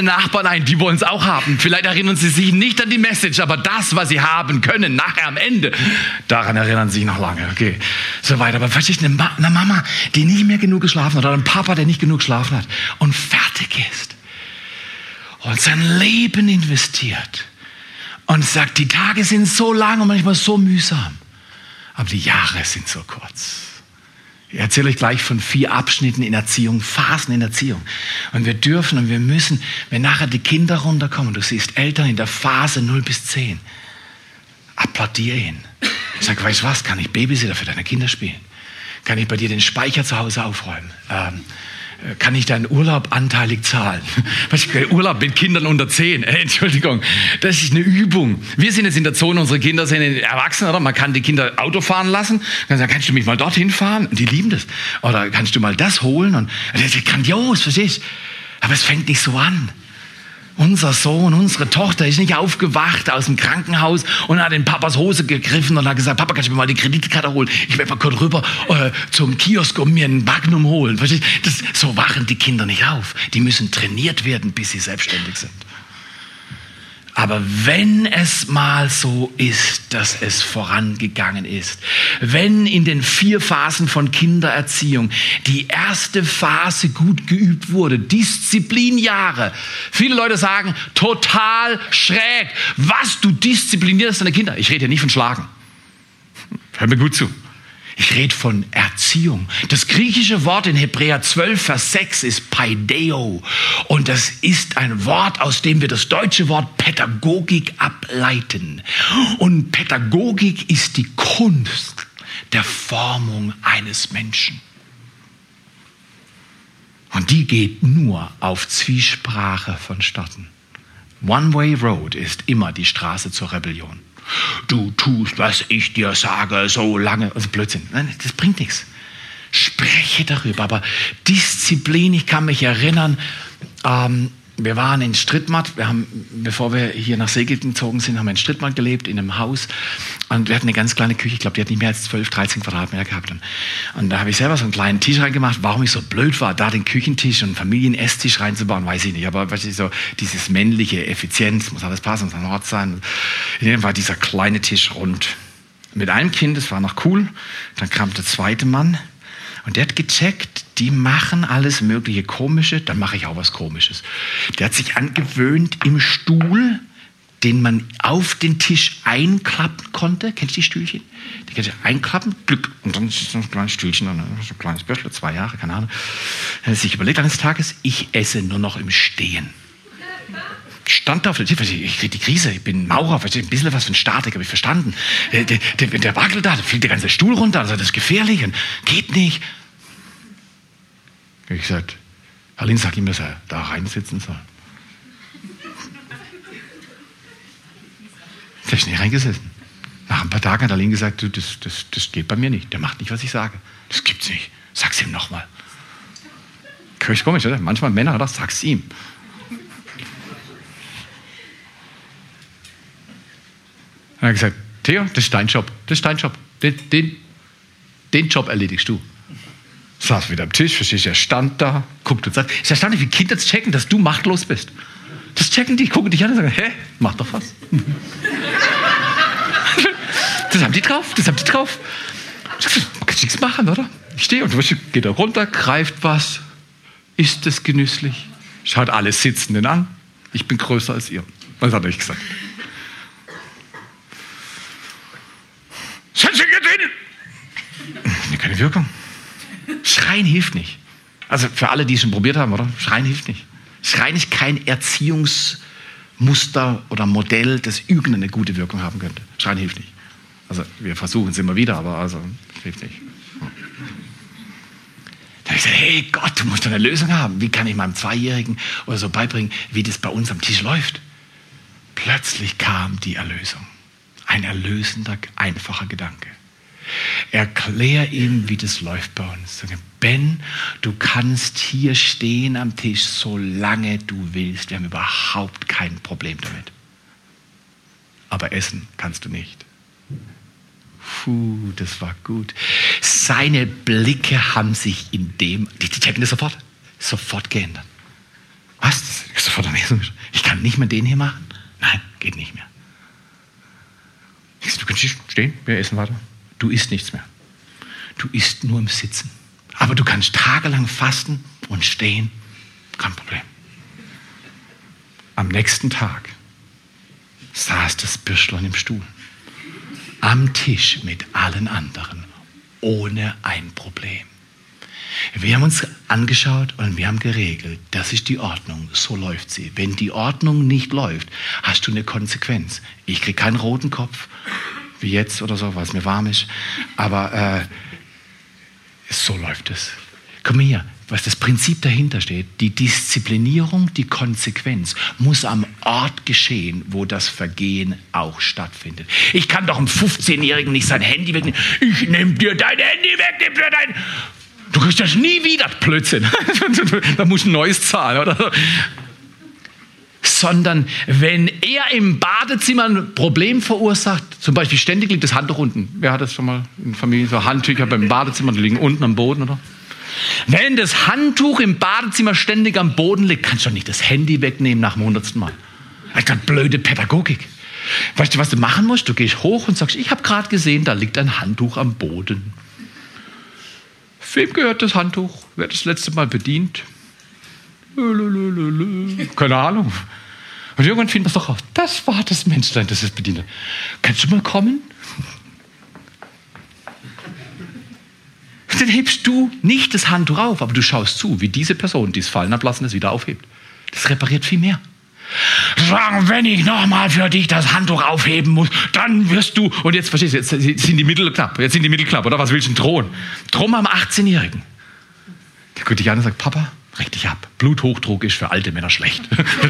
Aber nein, die wollen es auch haben. Vielleicht erinnern sie sich nicht an die Message, aber das, was sie haben können, nachher am Ende, daran erinnern sie sich noch lange. Okay, so weiter. Aber verstehst du, eine Mama, die nicht mehr genug geschlafen hat oder ein Papa, der nicht genug geschlafen hat und fertig ist und sein Leben investiert und sagt, die Tage sind so lang und manchmal so mühsam, aber die Jahre sind so kurz. Ich erzähle euch gleich von 4 Abschnitten in Erziehung, Phasen in Erziehung. Und wir dürfen und wir müssen, wenn nachher die Kinder runterkommen, du siehst Eltern in der Phase 0 bis 10, applaudiere ihn. Sag, weißt du was, kann ich Babysitter für deine Kinder spielen? Kann ich bei dir den Speicher zu Hause aufräumen? Kann ich deinen Urlaub anteilig zahlen? Urlaub mit Kindern unter 10. Entschuldigung, das ist eine Übung. Wir sind jetzt in der Zone, unsere Kinder sind erwachsen, oder? Man kann die Kinder Auto fahren lassen. Dann sagen, kannst du mich mal dorthin fahren? Und die lieben das. Oder kannst du mal das holen? Und das ist grandios, verstehst du? Aber es fängt nicht so an. Unser Sohn, unsere Tochter ist nicht aufgewacht aus dem Krankenhaus und hat in Papas Hose gegriffen und hat gesagt, Papa, kannst du mir mal die Kreditkarte holen? Ich werde mal kurz rüber zum Kiosk und mir ein Magnum holen. Verstehst du? So wachen die Kinder nicht auf. Die müssen trainiert werden, bis sie selbstständig sind. Aber wenn es mal so ist, dass es vorangegangen ist, wenn in den 4 Phasen von Kindererziehung die erste Phase gut geübt wurde, Disziplinjahre. Viele Leute sagen, total schräg, was, du disziplinierst deine Kinder. Ich rede hier nicht von Schlagen. Hör mir gut zu. Ich rede von Erziehung. Das griechische Wort in Hebräer 12, Vers 6 ist Paideo. Und das ist ein Wort, aus dem wir das deutsche Wort Pädagogik ableiten. Und Pädagogik ist die Kunst der Formung eines Menschen. Und die geht nur auf Zwiesprache vonstatten. One-way road ist immer die Straße zur Rebellion. Du tust, was ich dir sage, so lange. Also Blödsinn. Nein, das bringt nichts. Spreche darüber. Aber Disziplin, ich kann mich erinnern, wir waren in Strittmatt. Bevor wir hier nach Segelten gezogen sind, haben wir in Strittmatt gelebt, in einem Haus. Und wir hatten eine ganz kleine Küche. Ich glaube, die hat nicht mehr als 12, 13 Quadratmeter gehabt. Und da habe ich selber so einen kleinen Tisch reingemacht. Warum ich so blöd war, da den Küchentisch und einen Familienesstisch reinzubauen, weiß ich nicht. Aber so dieses männliche Effizienz, muss alles passen, muss ein Ort sein. In jedem Fall dieser kleine Tisch rund. Mit einem Kind, das war noch cool. Dann kam der zweite Mann. Und der hat gecheckt, die machen alles mögliche Komische, dann mache ich auch was Komisches. Der hat sich angewöhnt, im Stuhl, den man auf den Tisch einklappen konnte, kennst du die Stühlchen? Die kannst du einklappen, Glück, und dann ist so ein kleines Stühlchen, so ein kleines Böschle, 2 Jahre, keine Ahnung. Er hat sich überlegt eines Tages, ich esse nur noch im Stehen. Stand da auf der Tisch, ich kriege die Krise, ich bin Maurer, ein bisschen was für ein Statik, habe ich verstanden. Der wackelt da fliegt der ganze Stuhl runter, also das ist gefährlich und geht nicht. Ich habe gesagt, Aline, sag ihm, dass er da reinsitzen soll. Der ist nicht reingesessen. Nach ein paar Tagen hat Aline gesagt, du, das geht bei mir nicht, der macht nicht, was ich sage. Das gibt's nicht, sag's ihm nochmal. Höchst komisch, oder? Manchmal Männer, oder? Sag's ihm. Er hat gesagt, Theo, das ist dein Job. Das ist dein Job. Den Job erledigst du. Saß wieder am Tisch, verstehst du, er stand da, guckt und sagt, es ist erstaunlich, wie Kinder checken, dass du machtlos bist. Das checken die, gucken dich an und sagen, hä, mach doch was. Das haben die drauf, das haben die drauf. Man kann nichts machen, oder? Ich stehe und geht da runter, greift was, isst es genüsslich, schaut alle Sitzenden an. Ich bin größer als ihr. Was hat er euch gesagt? Keine Wirkung. Schreien hilft nicht. Also für alle, die es schon probiert haben, oder? Schreien hilft nicht. Schreien ist kein Erziehungsmuster oder Modell, das irgendeine gute Wirkung haben könnte. Schreien hilft nicht. Also wir versuchen es immer wieder, aber also hilft nicht. Da habe ich gesagt, hey Gott, du musst doch eine Lösung haben. Wie kann ich meinem 2-Jährigen oder so beibringen, wie das bei uns am Tisch läuft? Plötzlich kam die Erlösung. Ein erlösender, einfacher Gedanke. Erklär ihm, wie das läuft bei uns. Sag, Ben, du kannst hier stehen am Tisch, solange du willst. Wir haben überhaupt kein Problem damit. Aber essen kannst du nicht. Das war gut. Seine Blicke haben sich die checken das sofort geändert. Was? Ich kann nicht mehr den hier machen? Nein, geht nicht mehr. Du kannst stehen, wir essen weiter. Du isst nichts mehr. Du isst nur im Sitzen. Aber du kannst tagelang fasten und stehen. Kein Problem. Am nächsten Tag saß das Bürschlein im Stuhl. Am Tisch mit allen anderen. Ohne ein Problem. Wir haben uns angeschaut und wir haben geregelt, das ist die Ordnung, so läuft sie. Wenn die Ordnung nicht läuft, hast du eine Konsequenz. Ich kriege keinen roten Kopf, wie jetzt oder so, weil es mir warm ist, aber so läuft es. Komm mal hier, was das Prinzip dahinter steht, die Disziplinierung, die Konsequenz muss am Ort geschehen, wo das Vergehen auch stattfindet. Ich kann doch einem 15-Jährigen nicht sein Handy wegnehmen. Ich nehme dir dein Handy weg, nimm dir dein... Du kriegst das nie wieder, Blödsinn. Da musst du ein neues zahlen, oder? Sondern wenn er im Badezimmer ein Problem verursacht, zum Beispiel ständig liegt das Handtuch unten. Wer hat das schon mal in Familie? So Handtücher beim Badezimmer, die liegen unten am Boden, oder? Wenn das Handtuch im Badezimmer ständig am Boden liegt, kannst du doch nicht das Handy wegnehmen nach dem 100. Mal. Das ist eine blöde Pädagogik. Weißt du, was du machen musst? Du gehst hoch und sagst, ich habe gerade gesehen, da liegt ein Handtuch am Boden. Wem gehört das Handtuch? Wer hat das letzte Mal bedient? Keine Ahnung. Und irgendwann finden wir es doch raus. Das war das Menschlein, das es bedient hat. Kannst du mal kommen? Dann hebst du nicht das Handtuch auf, aber du schaust zu, wie diese Person, die es fallen hat lassen, es wieder aufhebt. Das repariert viel mehr. Sagen, wenn ich nochmal für dich das Handtuch aufheben muss, dann wirst du... Und jetzt, verstehst du, jetzt sind die Mittel knapp. Oder was willst du denn drohen? Drum am 18-Jährigen. Der guckt dich an und sagt, Papa, reg dich ab. Bluthochdruck ist für alte Männer schlecht.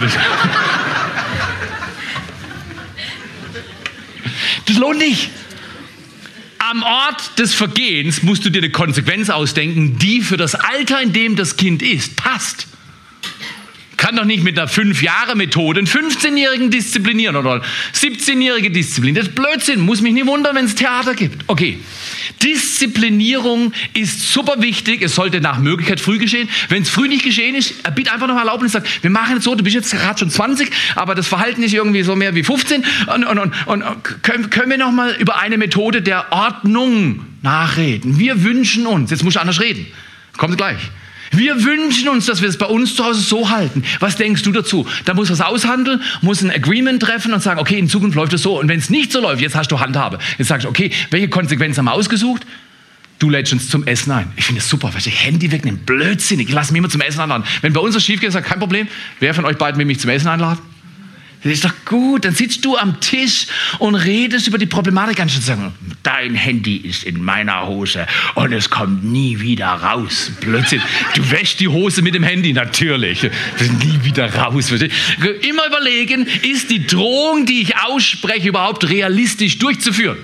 Das lohnt nicht. Am Ort des Vergehens musst du dir eine Konsequenz ausdenken, die für das Alter, in dem das Kind ist, passt. Kann doch nicht mit einer 5-Jahre-Methode einen 15-Jährigen disziplinieren oder einen 17-Jährige disziplinieren. Das ist Blödsinn. Muss mich nicht wundern, wenn es Theater gibt. Okay. Disziplinierung ist super wichtig. Es sollte nach Möglichkeit früh geschehen. Wenn es früh nicht geschehen ist, bitte einfach noch Erlaubnis. Sagt, wir machen jetzt so, du bist jetzt gerade schon 20, aber das Verhalten ist irgendwie so mehr wie 15. Und können wir noch mal über eine Methode der Ordnung nachreden? Wir wünschen uns, jetzt muss ich anders reden. Kommt gleich. Wir wünschen uns, dass wir es bei uns zu Hause so halten. Was denkst du dazu? Da muss was aushandeln, muss ein Agreement treffen und sagen, okay, in Zukunft läuft es so. Und wenn es nicht so läuft, jetzt hast du Handhabe. Jetzt sagst du, okay, welche Konsequenz haben wir ausgesucht? Du lädst uns zum Essen ein. Ich finde das super, weil ich Handy wegnehmen, blödsinnig. Ich lasse mich immer zum Essen einladen. Wenn bei uns was schief geht, sagt kein Problem. Wer von euch beiden will mich zum Essen einladen? Das ist doch gut, dann sitzt du am Tisch und redest über die Problematik, anstatt zu sagen, dein Handy ist in meiner Hose und es kommt nie wieder raus. Blödsinn. Du wäschst die Hose mit dem Handy, natürlich. Das ist nie wieder raus. Immer überlegen, ist die Drohung, die ich ausspreche, überhaupt realistisch durchzuführen?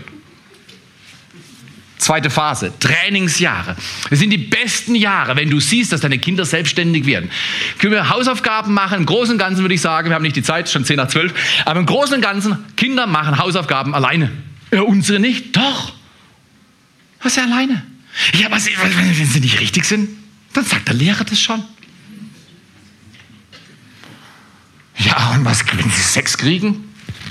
Zweite Phase, Trainingsjahre. Das sind die besten Jahre, wenn du siehst, dass deine Kinder selbstständig werden. Können wir Hausaufgaben machen? Im Großen und Ganzen würde ich sagen, wir haben nicht die Zeit, schon 10 nach 12. Aber im Großen und Ganzen, Kinder machen Hausaufgaben alleine. Ja, unsere nicht? Doch. Was ja alleine? Ja, was, wenn sie nicht richtig sind, dann sagt der Lehrer das schon. Ja, und was, wenn sie Sex kriegen?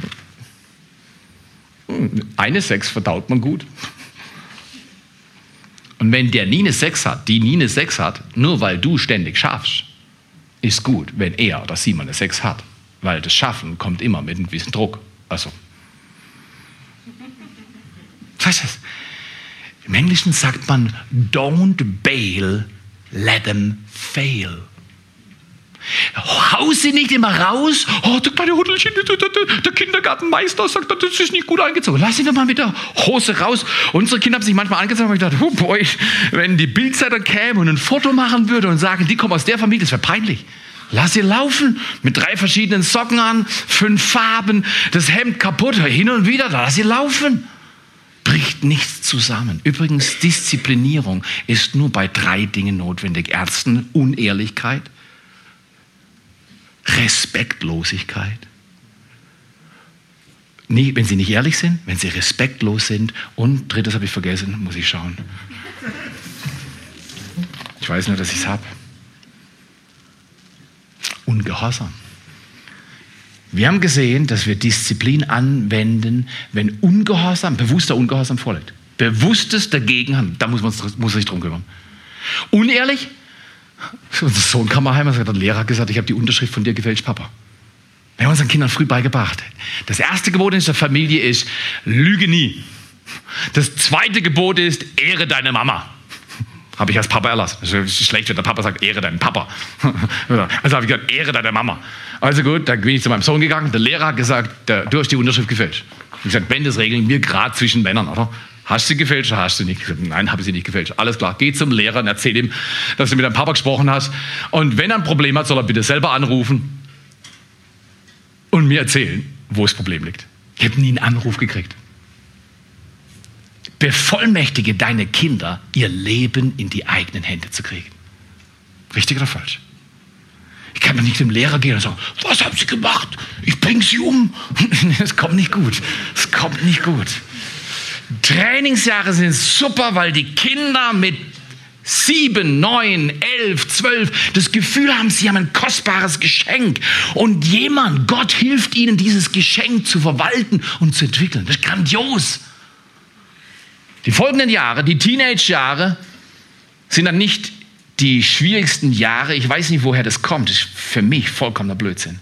Eine Sex verdaut man gut. Und wenn der nie eine Sex hat, die nie eine Sex hat, nur weil du ständig schaffst, ist gut, wenn er oder sie mal eine Sex hat. Weil das Schaffen kommt immer mit einem gewissen Druck. Also. Was ist das? Im Englischen sagt man, don't bail, let them fail. Hau sie nicht immer raus. Oh, der kleine Huddelchen, der Kindergartenmeister sagt, das ist nicht gut angezogen. Lass ihn doch mal mit der Hose raus. Unsere Kinder haben sich manchmal angezogen und ich dachte, oh boy, wenn die Bildzeitung käme und ein Foto machen würde und sagen, die kommen aus der Familie, das wäre peinlich. Lass sie laufen, mit 3 verschiedenen Socken an, 5 Farben, das Hemd kaputt, hin und wieder, lass sie laufen. Bricht nichts zusammen. Übrigens, Disziplinierung ist nur bei 3 Dingen notwendig. Erstens, Unehrlichkeit. Respektlosigkeit. Nee, wenn sie nicht ehrlich sind, wenn sie respektlos sind und drittes habe ich vergessen, muss ich schauen. Ich weiß nur, dass ich es habe. Ungehorsam. Wir haben gesehen, dass wir Disziplin anwenden, wenn Ungehorsam, bewusster Ungehorsam vorliegt. Bewusstes Dagegenhandeln, da muss man sich drum kümmern. Unehrlich? Unser Sohn kam mal heim und sagt, der Lehrer hat gesagt, ich habe die Unterschrift von dir gefälscht, Papa. Wir haben unseren Kindern früh beigebracht. Das erste Gebot in der Familie ist, lüge nie. Das zweite Gebot ist, ehre deine Mama. Habe ich als Papa erlassen. Es ist schlecht, wenn der Papa sagt, ehre deinen Papa. Also habe ich gesagt, ehre deine Mama. Also gut, dann bin ich zu meinem Sohn gegangen. Der Lehrer hat gesagt, du hast die Unterschrift gefälscht. Ich habe gesagt, wenn, das regeln wir gerade zwischen Männern, oder? Hast du sie gefälscht oder hast du sie nicht? Ich gesagt, nein, habe ich sie nicht gefälscht. Alles klar, geh zum Lehrer und erzähl ihm, dass du mit deinem Papa gesprochen hast. Und wenn er ein Problem hat, soll er bitte selber anrufen und mir erzählen, wo das Problem liegt. Ich habe nie einen Anruf gekriegt. Bevollmächtige deine Kinder, ihr Leben in die eigenen Hände zu kriegen. Richtig oder falsch? Ich kann doch nicht zum Lehrer gehen und sagen, was haben Sie gemacht? Ich bringe Sie um. Es kommt nicht gut. Es kommt nicht gut. Trainingsjahre sind super, weil die Kinder mit 7, 9, 11, 12 das Gefühl haben, sie haben ein kostbares Geschenk. Und Gott hilft ihnen, dieses Geschenk zu verwalten und zu entwickeln. Das ist grandios. Die folgenden Jahre, die Teenage-Jahre, sind dann nicht die schwierigsten Jahre. Ich weiß nicht, woher das kommt. Das ist für mich vollkommener Blödsinn.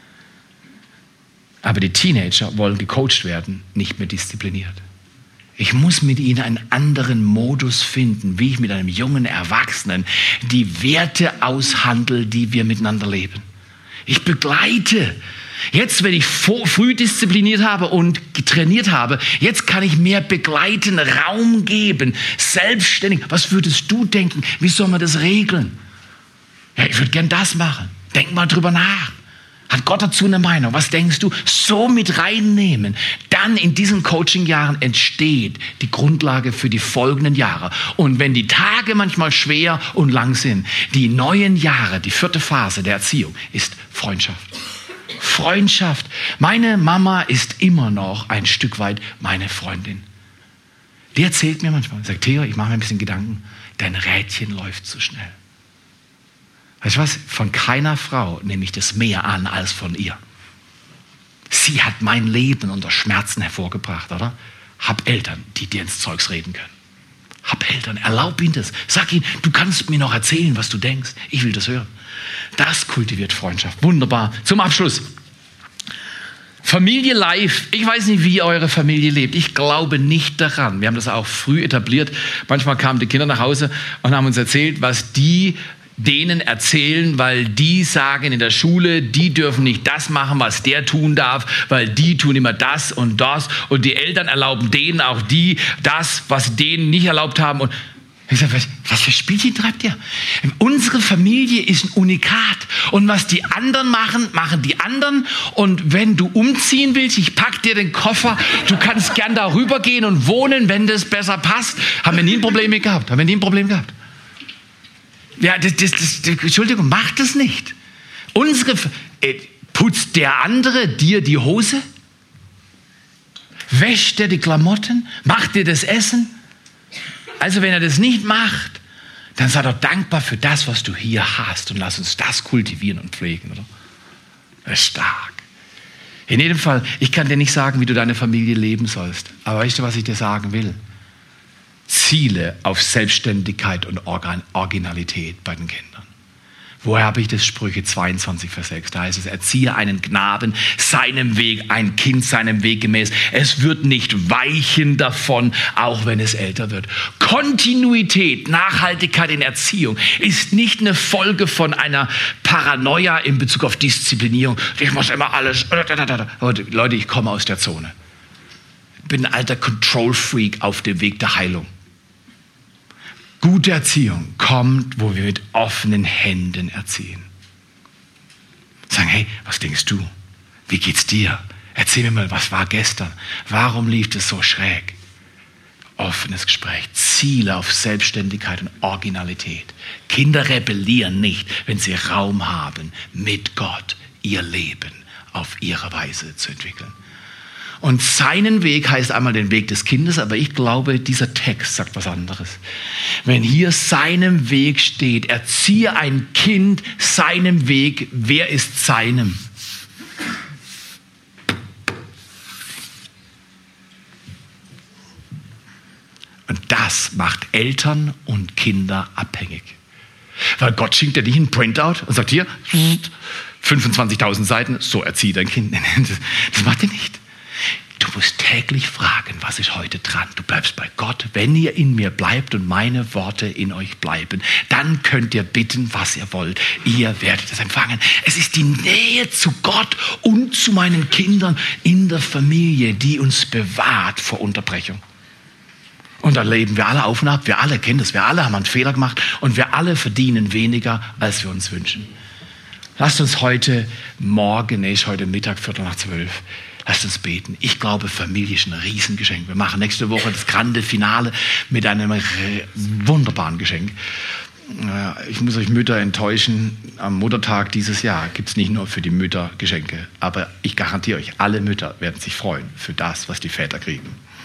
Aber die Teenager wollen gecoacht werden, nicht mehr diszipliniert. Ich muss mit ihnen einen anderen Modus finden, wie ich mit einem jungen Erwachsenen die Werte aushandle, die wir miteinander leben. Ich begleite. Jetzt, wenn ich früh diszipliniert habe und trainiert habe, jetzt kann ich mehr begleiten, Raum geben, selbstständig. Was würdest du denken? Wie soll man das regeln? Ja, ich würde gern das machen. Denk mal drüber nach. Hat Gott dazu eine Meinung? Was denkst du? So mit reinnehmen. Dann in diesen Coaching-Jahren entsteht die Grundlage für die folgenden Jahre. Und wenn die Tage manchmal schwer und lang sind, die neuen Jahre, die 4. Phase der Erziehung ist Freundschaft. Freundschaft. Meine Mama ist immer noch ein Stück weit meine Freundin. Die erzählt mir manchmal, sagt, Theo, ich mache mir ein bisschen Gedanken, dein Rädchen läuft zu schnell. Weißt du was? Von keiner Frau nehme ich das mehr an als von ihr. Sie hat mein Leben unter Schmerzen hervorgebracht, oder? Hab Eltern, die dir ins Zeugs reden können. Hab Eltern, erlaub ihnen das. Sag ihnen, du kannst mir noch erzählen, was du denkst. Ich will das hören. Das kultiviert Freundschaft. Wunderbar. Zum Abschluss. Familie live. Ich weiß nicht, wie eure Familie lebt. Ich glaube nicht daran. Wir haben das auch früh etabliert. Manchmal kamen die Kinder nach Hause und haben uns erzählt, was die denen erzählen, weil die sagen in der Schule, die dürfen nicht das machen, was der tun darf, weil die tun immer das und die Eltern erlauben denen auch das, was denen nicht erlaubt haben. Und ich sage, was für Spielchen treibt ihr? Unsere Familie ist ein Unikat. Und was die anderen machen, machen die anderen. Und wenn du umziehen willst, ich pack dir den Koffer, du kannst gern darüber gehen und wohnen, wenn das besser passt. Haben wir nie ein Problem gehabt. Ja, Entschuldigung, macht das nicht. Putzt der andere dir die Hose? Wäscht der die Klamotten? Macht dir das Essen? Also wenn er das nicht macht, dann sei doch dankbar für das, was du hier hast und lass uns das kultivieren und pflegen, oder? Das ist stark. In jedem Fall, ich kann dir nicht sagen, wie du deine Familie leben sollst. Aber weißt du, was ich dir sagen will? Ziele auf Selbstständigkeit und Originalität bei den Kindern. Woher habe ich das? Sprüche 22, Vers 6. Da heißt es, erziehe einen Knaben seinem Weg, ein Kind seinem Weg gemäß. Es wird nicht weichen davon, auch wenn es älter wird. Kontinuität, Nachhaltigkeit in Erziehung ist nicht eine Folge von einer Paranoia in Bezug auf Disziplinierung. Ich muss immer alles. Leute, ich komme aus der Zone. Ich bin ein alter Control-Freak auf dem Weg der Heilung. Gute Erziehung kommt, wo wir mit offenen Händen erziehen. Sagen, hey, was denkst du? Wie geht's dir? Erzähl mir mal, was war gestern? Warum lief es so schräg? Offenes Gespräch, Ziele auf Selbstständigkeit und Originalität. Kinder rebellieren nicht, wenn sie Raum haben, mit Gott ihr Leben auf ihre Weise zu entwickeln. Und seinen Weg heißt einmal den Weg des Kindes, aber ich glaube, dieser Text sagt was anderes. Wenn hier seinem Weg steht, erziehe ein Kind seinem Weg, wer ist seinem? Und das macht Eltern und Kinder abhängig. Weil Gott schenkt dir nicht einen Printout und sagt, hier, 25.000 Seiten, so erziehe dein Kind. Das macht er nicht. Du musst täglich fragen, was ist heute dran? Du bleibst bei Gott. Wenn ihr in mir bleibt und meine Worte in euch bleiben, dann könnt ihr bitten, was ihr wollt. Ihr werdet es empfangen. Es ist die Nähe zu Gott und zu meinen Kindern in der Familie, die uns bewahrt vor Unterbrechung. Und da leben wir alle auf und ab. Wir alle kennen das. Wir alle haben einen Fehler gemacht und wir alle verdienen weniger, als wir uns wünschen. Lasst uns heute Morgen, ist heute Mittag, 11:45, lasst uns beten. Ich glaube, Familie ist ein Riesengeschenk. Wir machen nächste Woche das grande Finale mit einem wunderbaren Geschenk. Ich muss euch Mütter enttäuschen, am Muttertag dieses Jahr gibt es nicht nur für die Mütter Geschenke, aber ich garantiere euch, alle Mütter werden sich freuen für das, was die Väter kriegen.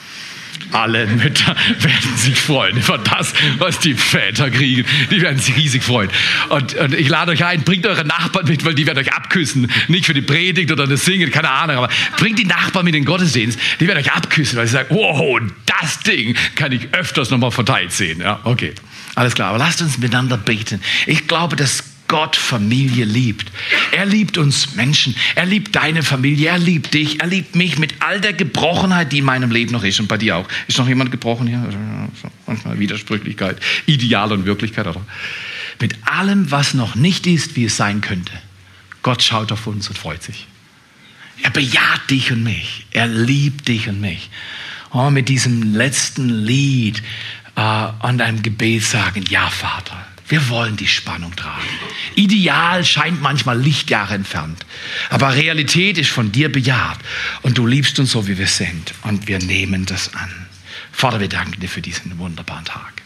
Alle Mütter werden sich freuen über das, was die Väter kriegen. Die werden sich riesig freuen. Und ich lade euch ein, bringt eure Nachbarn mit, weil die werden euch abküssen. Nicht für die Predigt oder das Singen, keine Ahnung, aber bringt die Nachbarn mit in den Gottesdienst. Die werden euch abküssen, weil sie sagen, wow, das Ding kann ich öfters nochmal verteilt sehen. Ja, okay, alles klar. Aber lasst uns miteinander beten. Ich glaube, dass Gott Familie liebt. Er liebt uns Menschen. Er liebt deine Familie. Er liebt dich. Er liebt mich mit all der Gebrochenheit, die in meinem Leben noch ist und bei dir auch. Ist noch jemand gebrochen hier? Manchmal Widersprüchlichkeit, Ideal und Wirklichkeit, oder? Mit allem, was noch nicht ist, wie es sein könnte. Gott schaut auf uns und freut sich. Er bejaht dich und mich. Er liebt dich und mich. Oh, mit diesem letzten Lied und einem Gebet sagen, ja, Vater. Wir wollen die Spannung tragen. Ideal scheint manchmal Lichtjahre entfernt, aber Realität ist von dir bejaht und du liebst uns so, wie wir sind und wir nehmen das an. Vater, wir danken dir für diesen wunderbaren Tag.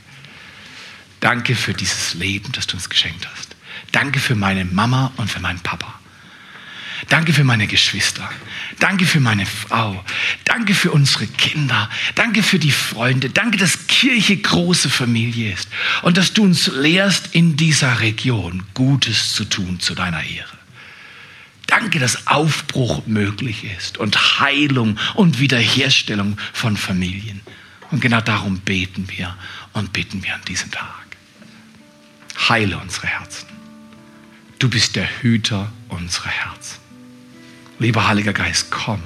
Danke für dieses Leben, das du uns geschenkt hast. Danke für meine Mama und für meinen Papa. Danke für meine Geschwister. Danke für meine Frau. Danke für unsere Kinder. Danke für die Freunde. Danke, dass Kirche große Familie ist und dass du uns lehrst, in dieser Region Gutes zu tun zu deiner Ehre. Danke, dass Aufbruch möglich ist und Heilung und Wiederherstellung von Familien. Und genau darum beten wir und bitten wir an diesem Tag. Heile unsere Herzen. Du bist der Hüter unserer Herzen. Lieber Heiliger Geist, komm,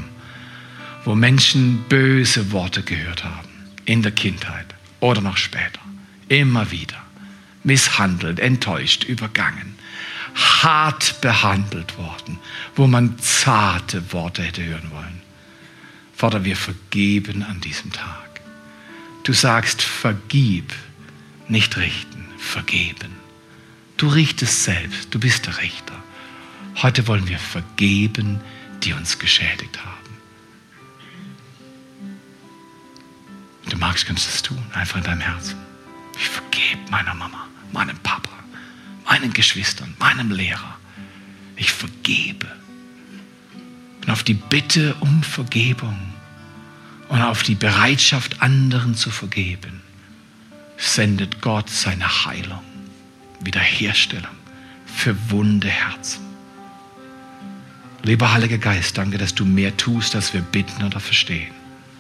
wo Menschen böse Worte gehört haben, in der Kindheit oder noch später, immer wieder, misshandelt, enttäuscht, übergangen, hart behandelt worden, wo man zarte Worte hätte hören wollen. Vater, wir vergeben an diesem Tag. Du sagst, vergib, nicht richten, vergeben. Du richtest selbst, du bist der Richter. Heute wollen wir vergeben, die uns geschädigt haben. Wenn du magst, kannst du es tun, einfach in deinem Herzen. Ich vergebe meiner Mama, meinem Papa, meinen Geschwistern, meinem Lehrer. Ich vergebe. Und auf die Bitte um Vergebung und auf die Bereitschaft, anderen zu vergeben, sendet Gott seine Heilung, Wiederherstellung für wunde Herzen. Lieber Heiliger Geist, danke, dass du mehr tust, als wir bitten oder verstehen.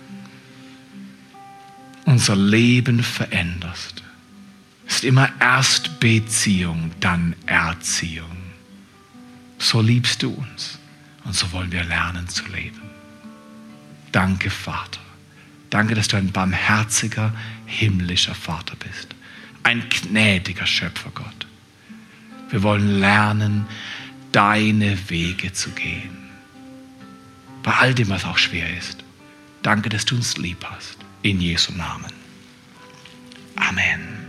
Unser Leben veränderst. Es ist immer erst Beziehung, dann Erziehung. So liebst du uns und so wollen wir lernen zu leben. Danke, Vater. Danke, dass du ein barmherziger, himmlischer Vater bist. Ein gnädiger Schöpfergott. Wir wollen lernen, deine Wege zu gehen. Bei all dem, was auch schwer ist. Danke, dass du uns lieb hast. In Jesu Namen. Amen.